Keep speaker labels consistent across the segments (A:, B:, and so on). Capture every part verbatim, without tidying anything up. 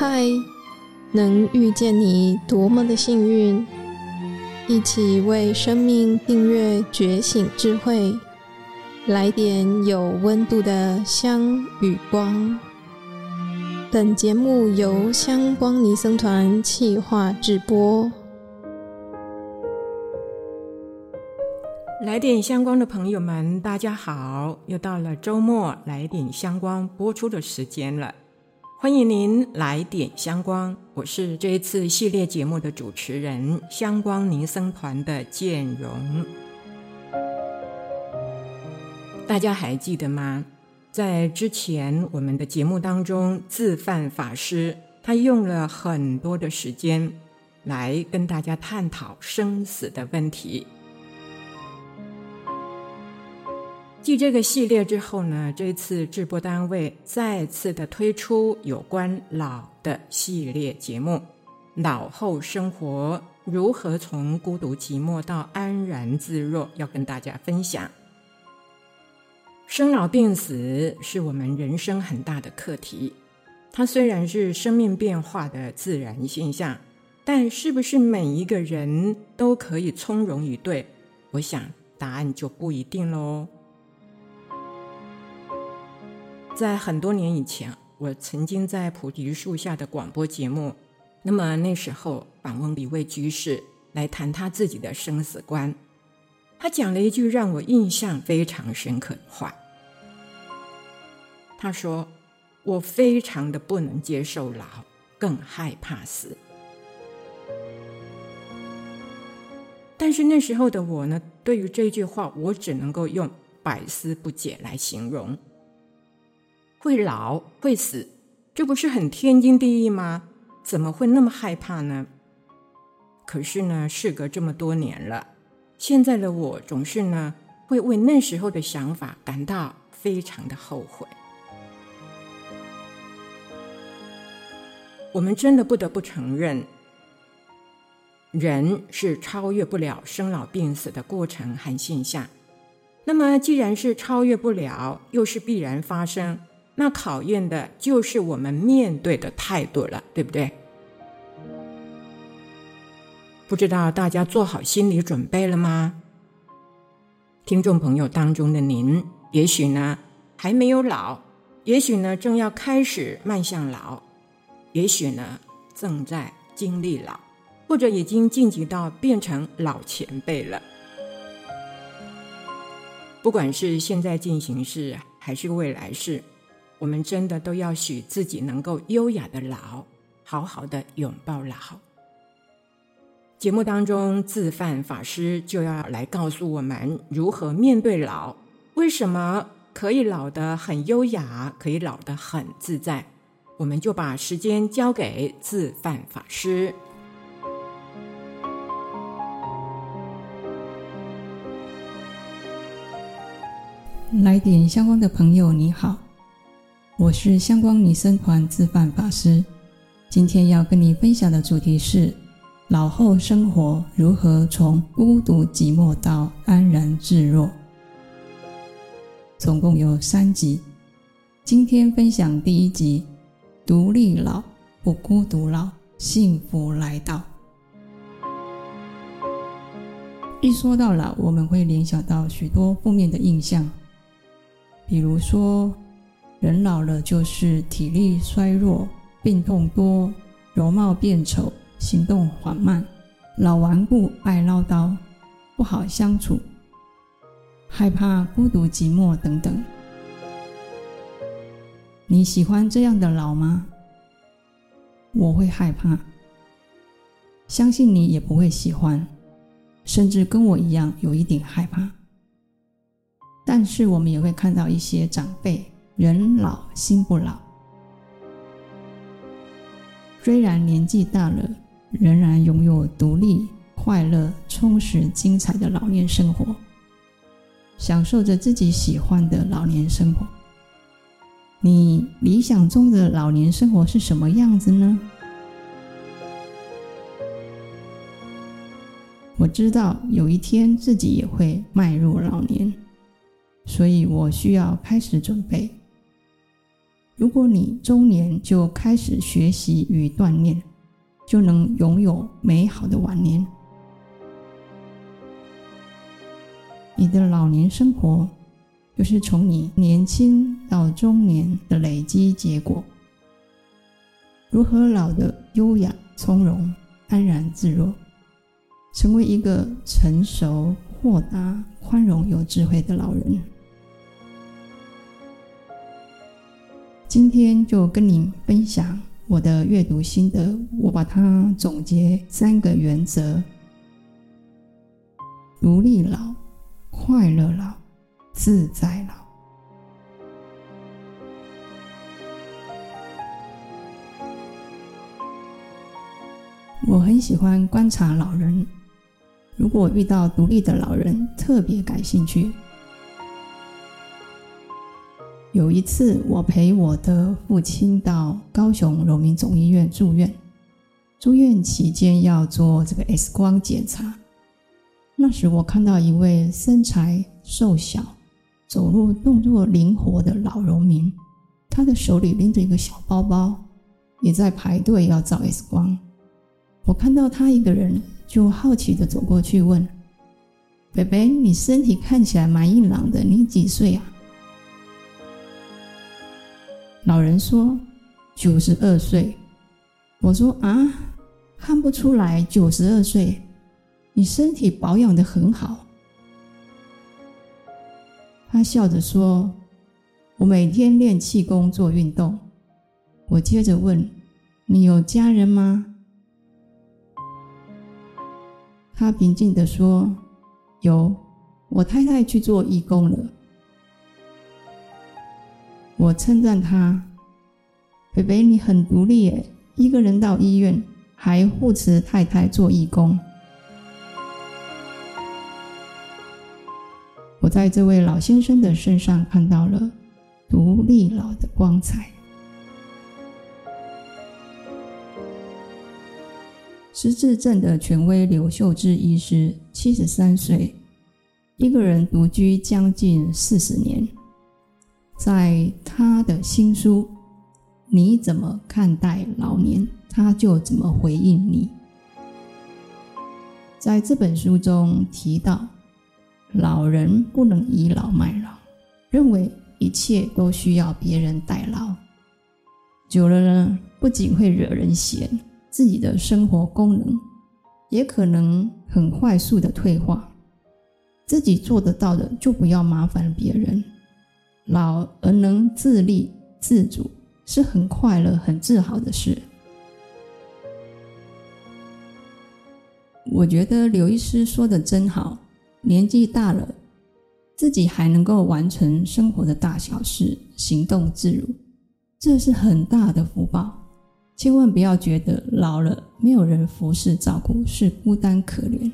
A: 嗨，能遇见你多么的幸运，一起为生命订阅觉醒智慧，来点有温度的香与光。本节目由香光尼僧团企划制播。
B: 来点香光的朋友们，大家好，又到了周末来点香光播出的时间了。欢迎您来点香光，我是这一次系列节目的主持人，香光尼僧团的建荣。大家还记得吗？在之前我们的节目当中，自范法师他用了很多的时间来跟大家探讨生死的问题。继这个系列之后呢，这次制播单位再次的推出有关老的系列节目，老后生活如何从孤独寂寞到安然自若，要跟大家分享。生老病死是我们人生很大的课题，它虽然是生命变化的自然现象，但是不是每一个人都可以从容以对？我想答案就不一定咯。在很多年以前，我曾经在菩提树下的广播节目，那么那时候访问一位居士来谈他自己的生死观。他讲了一句让我印象非常深刻的话，他说，我非常的不能接受老，更害怕死。但是那时候的我呢，对于这句话我只能够用百思不解来形容。会老会死，这不是很天经地义吗？怎么会那么害怕呢？可是呢，事隔这么多年了，现在的我总是呢会为那时候的想法感到非常的后悔。我们真的不得不承认，人是超越不了生老病死的过程和现象。那么既然是超越不了，又是必然发生，那考验的就是我们面对的态度了，对不对？不知道大家做好心理准备了吗？听众朋友当中的您，也许呢还没有老，也许呢正要开始迈向老，也许呢正在经历老，或者已经晋级到变成老前辈了。不管是现在进行式还是未来式，我们真的都要许自己能够优雅的老，好好的拥抱老。节目当中，自范法师就要来告诉我们如何面对老，为什么可以老得很优雅，可以老得很自在。我们就把时间交给自范法师。
C: 来点香光的朋友你好，我是香光尼僧团自范法师。今天要跟你分享的主题是老后生活如何从孤独寂寞到安然自若。总共有三集，今天分享第一集，独立老不孤独老，幸福来到。一说到老，我们会联想到许多负面的印象，比如说人老了就是体力衰弱，病痛多，容貌变丑，行动缓慢，老顽固，爱唠叨，不好相处，害怕孤独寂寞等等。你喜欢这样的老吗？我会害怕，相信你也不会喜欢，甚至跟我一样有一点害怕。但是我们也会看到一些长辈，人老心不老，虽然年纪大了，仍然拥有独立、快乐、充实、精彩的老年生活，享受着自己喜欢的老年生活。你理想中的老年生活是什么样子呢？我知道有一天自己也会迈入老年，所以我需要开始准备。 如果你中年就开始学习与锻炼，就能拥有美好的晚年。你的老年生活就是从你年轻到中年的累积结果。如何老得优雅、从容、安然自若，成为一个成熟、豁达、宽容、有智慧的老人。今天就跟你分享我的阅读心得，我把它总结三个原则：独立老、快乐老、自在老。我很喜欢观察老人，如果遇到独立的老人，特别感兴趣。有一次，我陪我的父亲到高雄荣民总医院住院，住院期间要做这个 X 光检查。那时我看到一位身材瘦小、走路动作灵活的老荣民，他的手里拎着一个小包包，也在排队要照 X 光。我看到他一个人，就好奇地走过去问：北北，你身体看起来蛮硬朗的，你几岁啊？老人说九十二岁。我说啊，看不出来九十二岁，你身体保养得很好。他笑着说，我每天练气功做运动。我接着问，你有家人吗？他平静地说，有，我太太去做义工了。我称赞他，北北你很独立耶，一个人到医院，还护持太太做义工。我在这位老先生的身上看到了独立老的光彩。失智症的权威刘秀芝医师七十三岁，一个人独居将近四十年。在他的新书《你怎么看待老年，他就怎么回应你》在这本书中提到，老人不能倚老卖老，认为一切都需要别人代劳。久了呢，不仅会惹人嫌，自己的生活功能也可能很快速的退化。自己做得到的就不要麻烦别人。老而能自立自主是很快乐很自豪的事。我觉得刘医师说的真好，年纪大了，自己还能够完成生活的大小事，行动自如，这是很大的福报。千万不要觉得老了没有人服侍照顾是孤单可怜。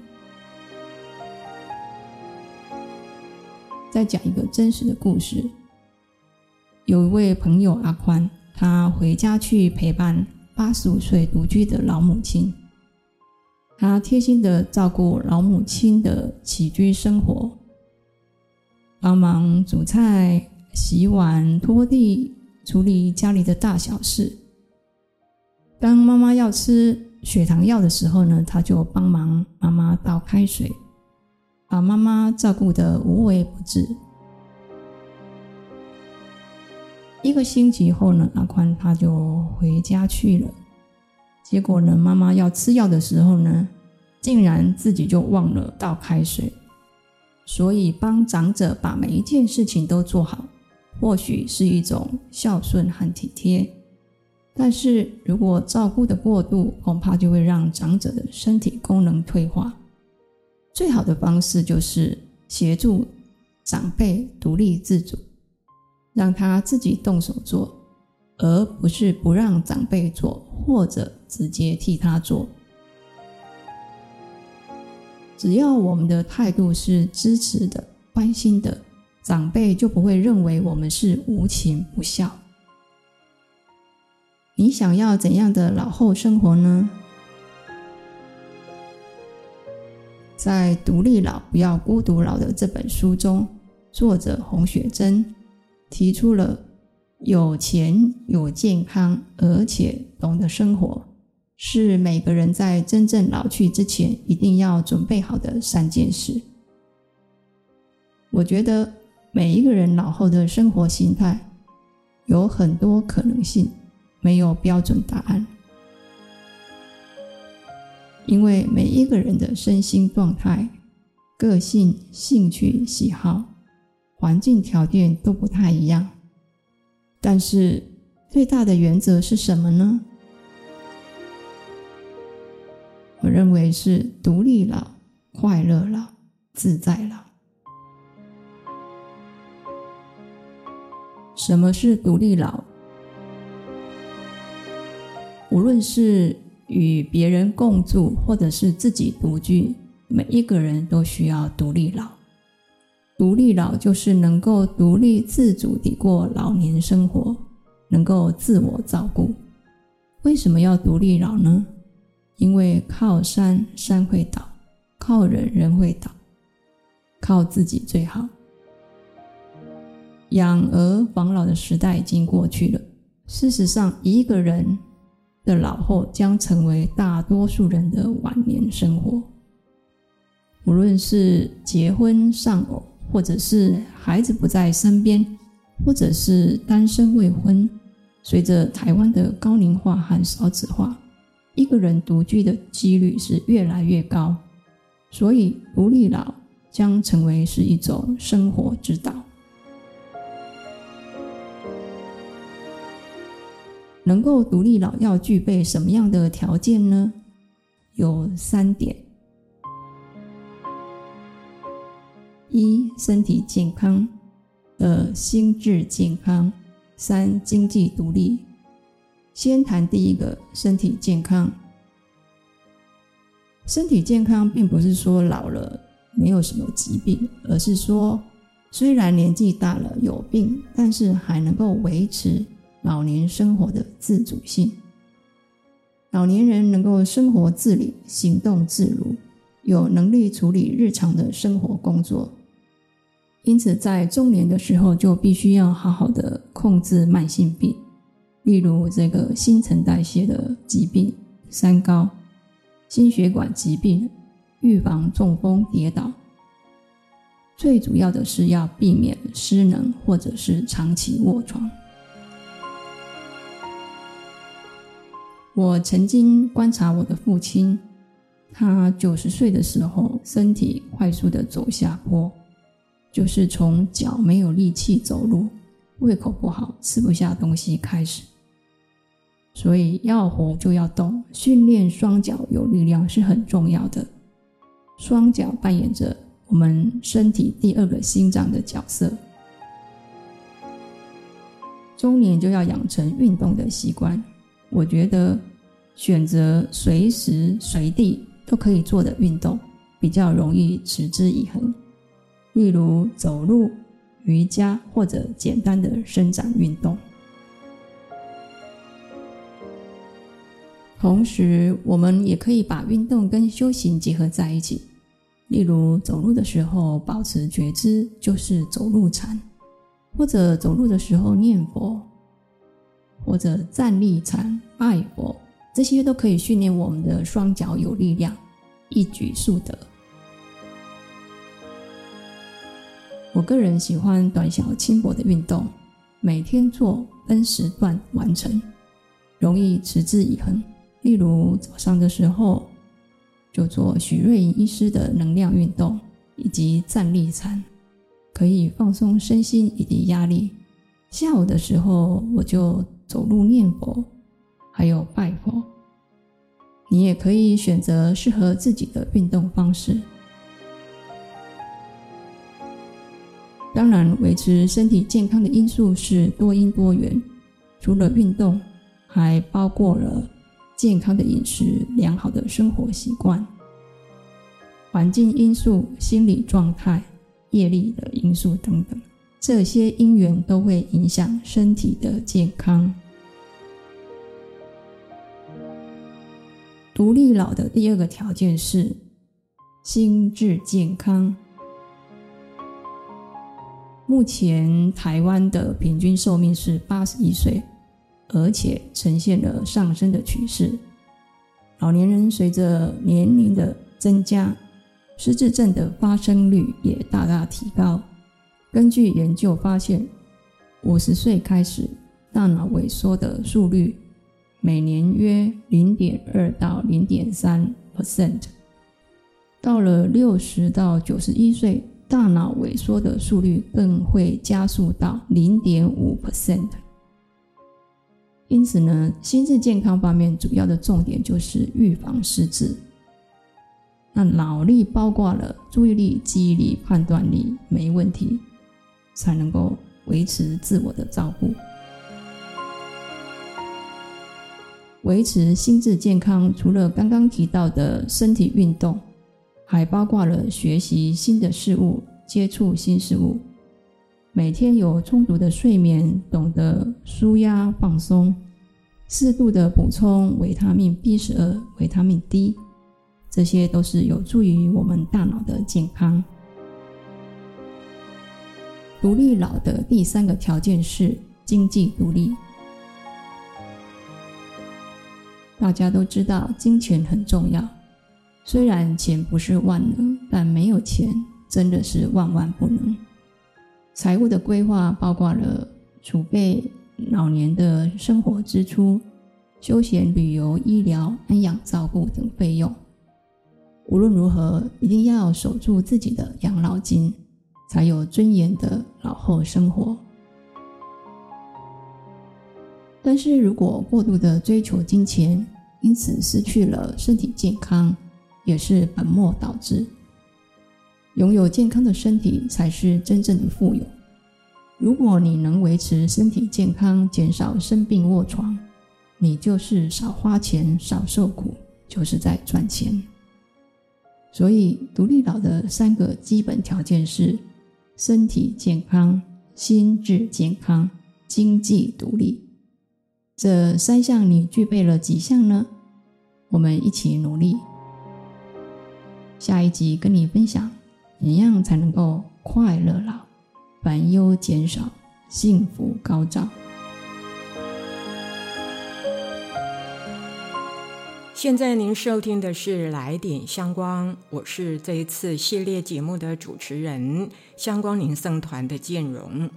C: 再讲一个真实的故事，有一位朋友阿宽，他回家去陪伴八十五岁独居的老母亲，他贴心地照顾老母亲的起居生活，帮忙煮菜、洗碗、拖地，处理家里的大小事。当妈妈要吃血糖药的时候呢，他就帮忙妈妈倒开水，把妈妈照顾得无微不至。一个星期后呢，阿宽他就回家去了。结果呢，妈妈要吃药的时候呢，竟然自己就忘了倒开水。所以帮长者把每一件事情都做好，或许是一种孝顺和体贴，但是如果照顾的过度，恐怕就会让长者的身体功能退化。最好的方式就是协助长辈独立自主，让他自己动手做，而不是不让长辈做，或者直接替他做。只要我们的态度是支持的、关心的，长辈就不会认为我们是无情不孝。你想要怎样的老后生活呢？在《独立老，不要孤独老》的这本书中，作者洪雪珍提出了有钱、有健康，而且懂得生活，是每个人在真正老去之前一定要准备好的三件事。我觉得每一个人老后的生活形态有很多可能性，没有标准答案。因为每一个人的身心状态、个性、兴趣、喜好、环境条件都不太一样。但是最大的原则是什么呢？我认为是独立老、快乐老、自在老。什么是独立老？无论是与别人共住或者是自己独居，每一个人都需要独立老。独立老就是能够独立自主地过老年生活，能够自我照顾。为什么要独立老呢？因为靠山山会倒，靠人人会倒，靠自己最好。养儿防老的时代已经过去了，事实上一个人的老后将成为大多数人的晚年生活。无论是结婚丧偶，或者是孩子不在身边，或者是单身未婚，随着台湾的高龄化和少子化，一个人独居的几率是越来越高，所以独立老将成为是一种生活之道。能够独立老要具备什么样的条件呢？有三点：一、身体健康；二、心智健康；三、经济独立。先谈第一个，身体健康。身体健康并不是说老了没有什么疾病，而是说虽然年纪大了有病，但是还能够维持老年生活的自主性。老年人能够生活自理，行动自如，有能力处理日常的生活工作，因此在中年的时候就必须要好好的控制慢性病，例如这个新陈代谢的疾病、三高、心血管疾病，预防中风跌倒。最主要的是要避免失能或者是长期卧床。我曾经观察我的父亲，他九十岁的时候身体快速的走下坡，就是从脚没有力气走路，胃口不好，吃不下东西开始。所以要活就要动，训练双脚有力量是很重要的。双脚扮演着我们身体第二个心脏的角色。中年就要养成运动的习惯，我觉得选择随时随地都可以做的运动，比较容易持之以恒。例如走路、瑜伽或者简单的伸展运动。同时我们也可以把运动跟修行结合在一起，例如走路的时候保持觉知，就是走路禅，或者走路的时候念佛，或者站立禅、拜佛，这些都可以训练我们的双脚有力量，一举数得。我个人喜欢短小轻薄的运动，每天做，分时段完成，容易持之以恒。例如早上的时候就做许瑞莹医师的能量运动以及站立禅，可以放松身心以及压力。下午的时候我就走路念佛，还有拜佛。你也可以选择适合自己的运动方式。当然，维持身体健康的因素是多因多元，除了运动，还包括了健康的饮食、良好的生活习惯、环境因素、心理状态、业力的因素等等，这些因缘都会影响身体的健康。独立老的第二个条件是心智健康。 目前台湾的平均寿命是八十一岁，而且呈现了上升的趋势。老年人随着年龄的增加，失智症的发生率也大大提高。根据研究发现，五十岁开始，大脑萎缩的速率每年约 零点二 到 零点三 百分点， 到了六十到九十一岁，大脑萎缩的速率更会加速到 零点五 百分点。 因此呢，心智健康方面主要的重点就是预防失智。那脑力包括了注意力、记忆力、判断力没问题，才能够维持自我的照顾。维持心智健康，除了刚刚提到的身体运动，还包括了学习新的事物、接触新事物，每天有充足的睡眠，懂得舒压放松，适度的补充维他命 B 十二、维他命 D， 这些都是有助于我们大脑的健康。独立老的第三个条件是经济独立。大家都知道金钱很重要，虽然钱不是万能，但没有钱真的是万万不能。财务的规划包括了储备老年的生活支出、休闲旅游、医疗、安养照顾等费用。无论如何，一定要守住自己的养老金，才有尊严的老后生活。但是如果过度的追求金钱，因此失去了身体健康，也是本末倒置。拥有健康的身体才是真正的富有。如果你能维持身体健康，减少生病卧床，你就是少花钱少受苦，就是在赚钱。所以独立老的三个基本条件是身体健康、心智健康、经济独立。这三项你具备了几项呢？我们一起努力。下一集跟你分享怎样才能够快乐老，烦忧减少，幸福高照。
B: 现在您收听的是来点香光，我是这一次系列节目的主持人，香光林僧团的建荣。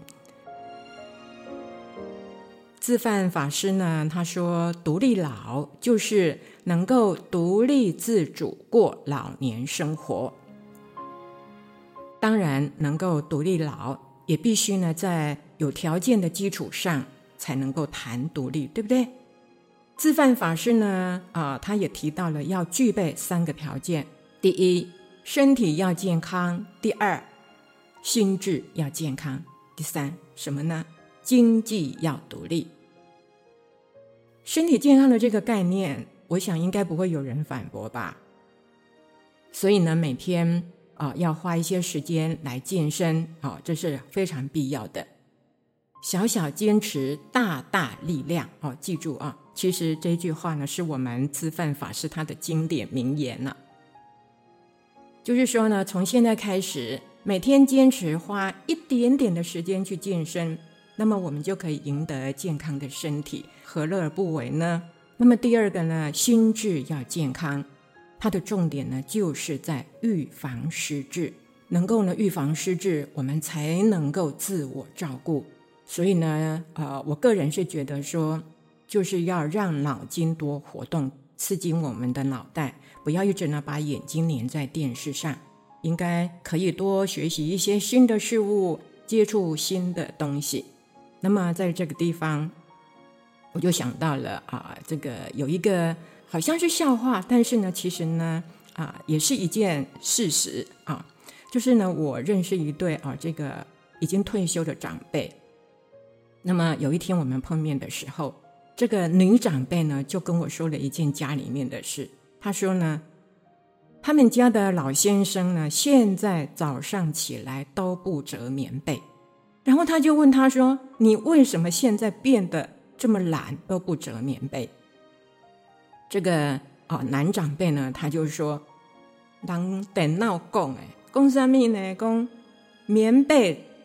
B: 自范法师呢，他说独立老就是能够独立自主过老年生活。当然能够独立老，也必须呢在有条件的基础上才能够谈独立，对不对？自范法师呢、呃、他也提到了要具备三个条件：第一，身体要健康；第二，心智要健康；第三，什么呢？经济要独立。身体健康的这个概念，我想应该不会有人反驳吧。所以呢，每天、呃、要花一些时间来健身、哦、这是非常必要的。小小坚持，大大力量、哦、记住啊，其实这句话呢，是我们自范法师他的经典名言了、啊。就是说呢，从现在开始，每天坚持花一点点的时间去健身，那么我们就可以赢得健康的身体，何乐而不为呢？那么第二个呢，心智要健康，它的重点呢就是在预防失智，能够呢预防失智，我们才能够自我照顾。所以呢，呃，我个人是觉得说，就是要让脑筋多活动，刺激我们的脑袋，不要一直呢把眼睛黏在电视上，应该可以多学习一些新的事物，接触新的东西。那么在这个地方我就想到了啊，这个有一个好像是笑话，但是呢其实呢啊也是一件事实啊，就是呢我认识一对啊这个已经退休的长辈。那么有一天我们碰面的时候，这个女长辈呢就跟我说了一件家里面的事。她说呢，他们家的老先生呢现在早上起来都不折棉被，然后他就问他说，你为什么现在变得这么懒，都不折棉被？这个、哦、男长辈呢他就说，人电脑讲的讲什么呢？讲棉被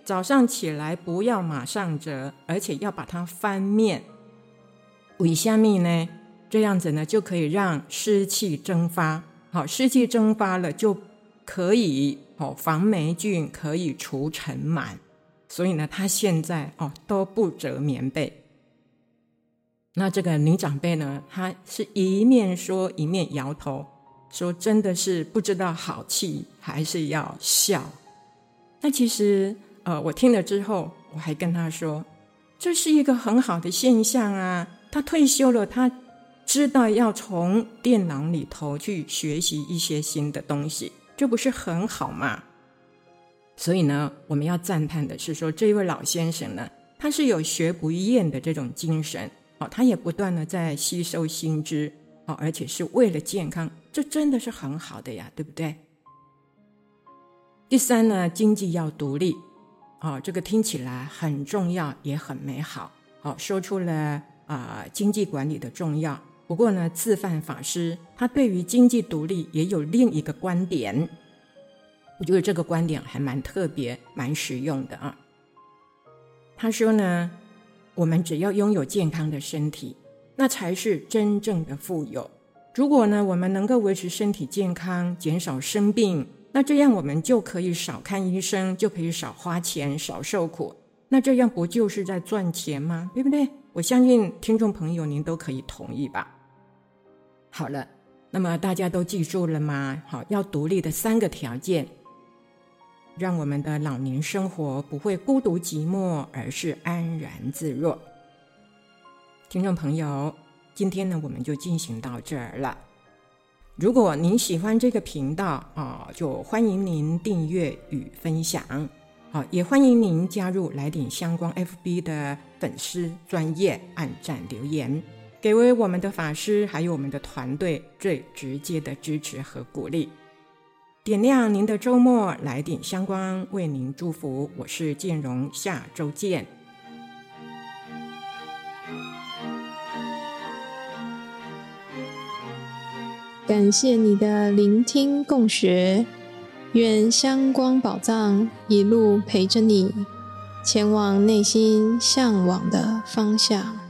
B: 早上起来不要马上折，而且要把它翻面。为什么呢？这样子呢，就可以让湿气蒸发。好，湿气蒸发了，就可以哦防霉菌，可以除尘螨。所以呢，他现在哦都不折棉被。那这个女长辈呢，她是一面说一面摇头，说真的是不知道好气还是要笑。那其实呃，我听了之后，我还跟她说，这是一个很好的现象啊。她退休了，她知道要从电脑里头去学习一些新的东西，这不是很好吗？所以呢，我们要赞叹的是说，这一位老先生呢，他是有学不厌的这种精神。哦、他也不断的在吸收新知、哦、而且是为了健康，这真的是很好的呀，对不对？第三呢，经济要独立、哦、这个听起来很重要也很美好、哦、说出了、呃、经济管理的重要。不过呢，自范法师他对于经济独立也有另一个观点，我觉得这个观点还蛮特别蛮实用的啊。他说呢，我们只要拥有健康的身体，那才是真正的富有。如果呢，我们能够维持身体健康，减少生病，那这样我们就可以少看医生，就可以少花钱，少受苦。那这样不就是在赚钱吗？对不对？我相信听众朋友您都可以同意吧。好了，那么大家都记住了吗？好，要独立的三个条件，让我们的老年生活不会孤独寂寞，而是安然自若。听众朋友，今天呢我们就进行到这儿了。如果您喜欢这个频道、哦、就欢迎您订阅与分享、哦、也欢迎您加入来点香光 F B 的粉丝专页，按赞留言，给为我们的法师还有我们的团队最直接的支持和鼓励。点亮您的周末，来点香光为您祝福。我是建荣，下周见。
A: 感谢你的聆听共学，愿香光宝藏一路陪着你，前往内心向往的方向。